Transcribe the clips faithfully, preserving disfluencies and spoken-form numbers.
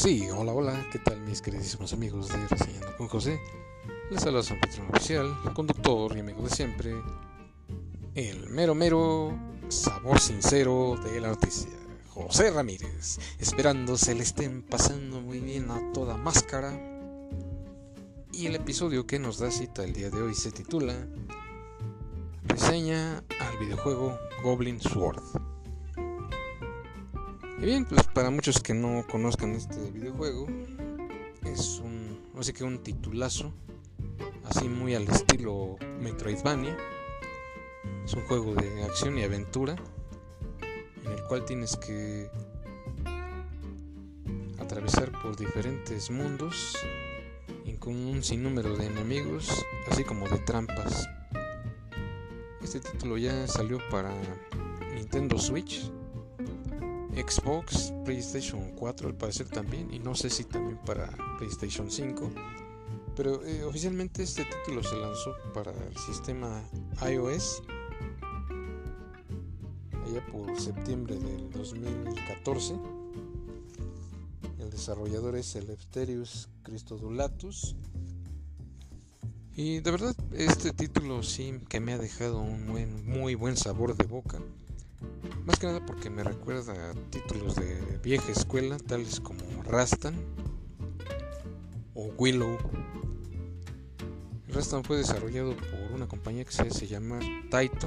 Sí, hola, hola, ¿qué tal mis queridísimos amigos de Reseñando con José? Les saluda su anfitrión oficial, conductor y amigo de siempre, el mero mero sabor sincero de la noticia, José Ramírez, esperando se le estén pasando muy bien a toda máscara. Y el episodio que nos da cita el día de hoy se titula Reseña al videojuego Goblin Sword. Y bien, pues para muchos que no conozcan este videojuego, es un, así que un titulazo, así muy al estilo Metroidvania. Es un juego de acción y aventura en el cual tienes que atravesar por diferentes mundos y con un sinnúmero de enemigos, así como de trampas. Este título ya salió para Nintendo Switch, Xbox, PlayStation cuatro al parecer también, y no sé si también para PlayStation cinco, pero eh, oficialmente este título se lanzó para el sistema iOS allá por septiembre del dos mil catorce. El desarrollador es Eleftherios Christodoulatos, y de verdad este título sí que me ha dejado un buen, muy buen sabor de boca. Más que nada porque me recuerda a títulos de vieja escuela, tales como Rastan o Willow. Rastan fue desarrollado por una compañía que se, se llama Taito.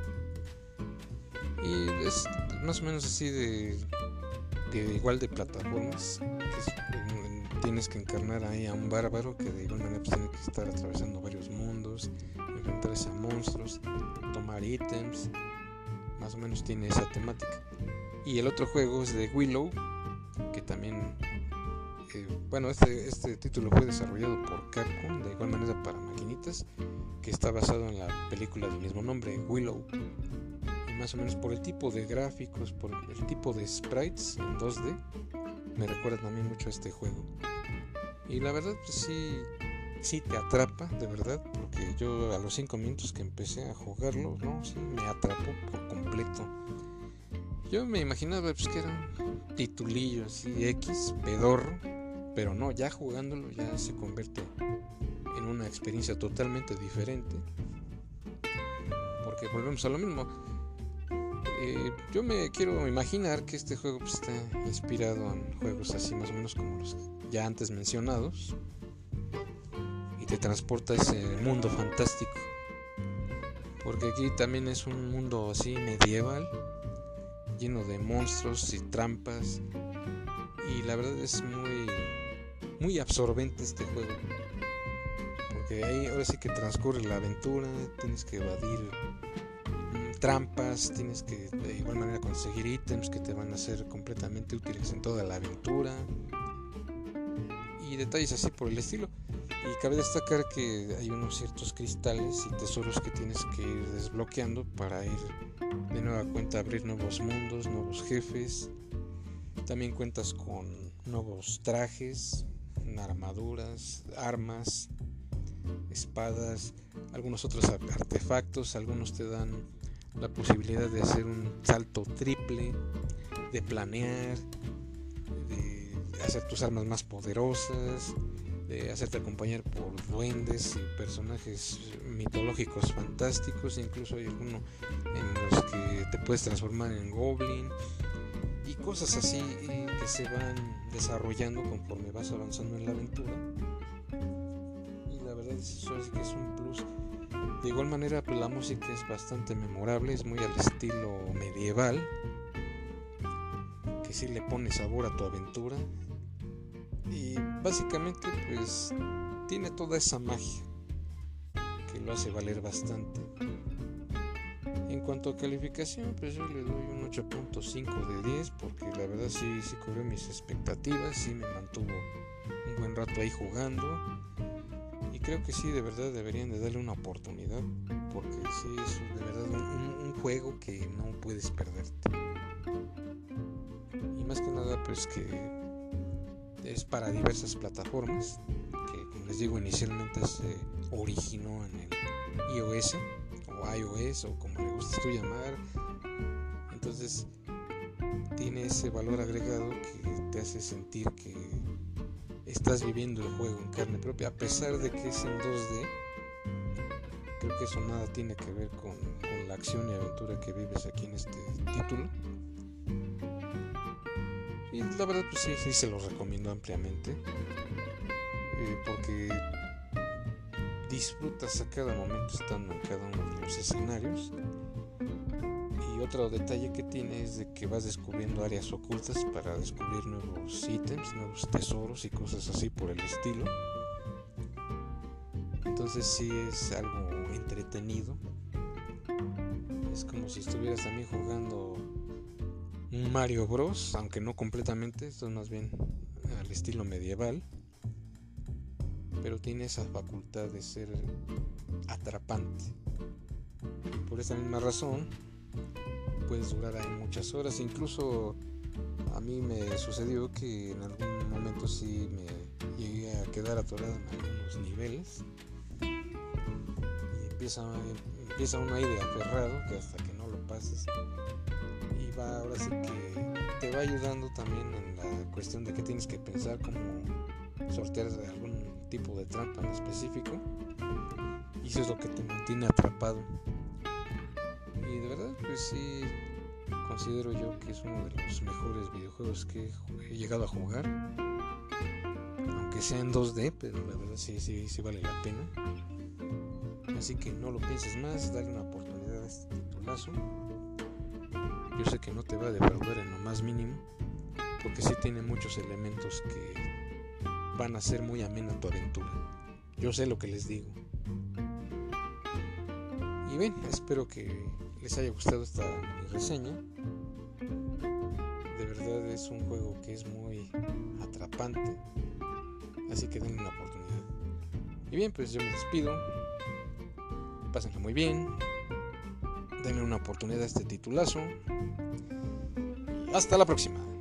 Y es más o menos así de, de igual de plataformas. Que es, tienes que encarnar ahí a un bárbaro que de igual manera pues, tiene que estar atravesando varios mundos, enfrentarse a monstruos, tomar ítems. Más o menos tiene esa temática. Y el otro juego es de Willow, que también eh, bueno, este, este título fue desarrollado por Capcom, de igual manera para maquinitas, que está basado en la película del mismo nombre, Willow. Y más o menos por el tipo de gráficos, por el tipo de sprites en dos D, me recuerda también mucho a este juego. Y la verdad pues sí, sí te atrapa, de verdad, porque yo a los cinco minutos que empecé a jugarlo, no, sí me atrapó por completo. Yo me imaginaba pues, que era un titulillo así X, pedorro, pero no, ya jugándolo ya se convierte en una experiencia totalmente diferente, porque volvemos a lo mismo. Eh, yo me quiero imaginar que este juego pues, está inspirado en juegos así más o menos como los ya antes mencionados, y te transporta a ese mundo fantástico, porque aquí también es un mundo así medieval, lleno de monstruos y trampas, y la verdad es muy muy absorbente este juego, porque ahí ahora sí que transcurre la aventura, tienes que evadir mmm, trampas, tienes que de igual manera conseguir ítems que te van a ser completamente útiles en toda la aventura y detalles así por el estilo. Y cabe destacar que hay unos ciertos cristales y tesoros que tienes que ir desbloqueando para ir de nueva cuenta a abrir nuevos mundos, nuevos jefes. También cuentas con nuevos trajes, armaduras, armas, espadas, algunos otros artefactos. Algunos te dan la posibilidad de hacer un salto triple, de planear, de hacer tus armas más poderosas, de hacerte acompañar por duendes y personajes mitológicos fantásticos. Incluso hay alguno en los que te puedes transformar en goblin y cosas así que se van desarrollando conforme vas avanzando en la aventura. Y la verdad es eso es que es un plus. De igual manera pues la música es bastante memorable, es muy al estilo medieval, que sí le pone sabor a tu aventura. Y básicamente pues tiene toda esa magia que lo hace valer bastante. En cuanto a calificación, pues yo le doy un ocho punto cinco de diez, porque la verdad sí, sí cubrió mis expectativas, sí me mantuvo un buen rato ahí jugando, y creo que sí, de verdad deberían de darle una oportunidad, porque sí es de verdad un, un, un juego que no puedes perderte. Y más que nada pues que es para diversas plataformas, que como les digo inicialmente se originó en el iOS o iOS o como le gustes tú llamar. Entonces tiene ese valor agregado que te hace sentir que estás viviendo el juego en carne propia, a pesar de que es en dos D. Creo que eso nada tiene que ver con, con la acción y aventura que vives aquí en este título. Y la verdad, pues sí, sí se los recomiendo ampliamente, eh, porque disfrutas a cada momento estando en cada uno de los escenarios. Y otro detalle que tiene es de que vas descubriendo áreas ocultas para descubrir nuevos ítems, nuevos tesoros y cosas así por el estilo. Entonces sí es algo entretenido. Es como si estuvieras también jugando un Mario Bros, aunque no completamente, esto es más bien al estilo medieval, pero tiene esa facultad de ser atrapante. Por esa misma razón puedes durar ahí muchas horas. Incluso a mí me sucedió que en algún momento sí me llegué a quedar atorado en algunos niveles y empieza, empieza uno ahí de aferrado, que hasta que no lo pases, y va, ahora sí que te va ayudando también en la cuestión de que tienes que pensar cómo sortear algún tipo de trampa en específico, y eso es lo que te mantiene atrapado. Y de verdad, pues sí, considero yo que es uno de los mejores videojuegos que he llegado a jugar, aunque sea en dos D, pero la verdad sí, sí, sí vale la pena. Así que no lo pienses más, dale una oportunidad a este titulazo. Yo sé que no te va a defraudar en lo más mínimo, porque sí tiene muchos elementos que van a ser muy amena tu aventura. Yo sé lo que les digo. Y bien, espero que les haya gustado esta mi reseña. De verdad es un juego que es muy atrapante, así que denle una oportunidad. Y bien, pues yo me despido. Pásenlo muy bien. Denle una oportunidad a este titulazo. Y hasta la próxima.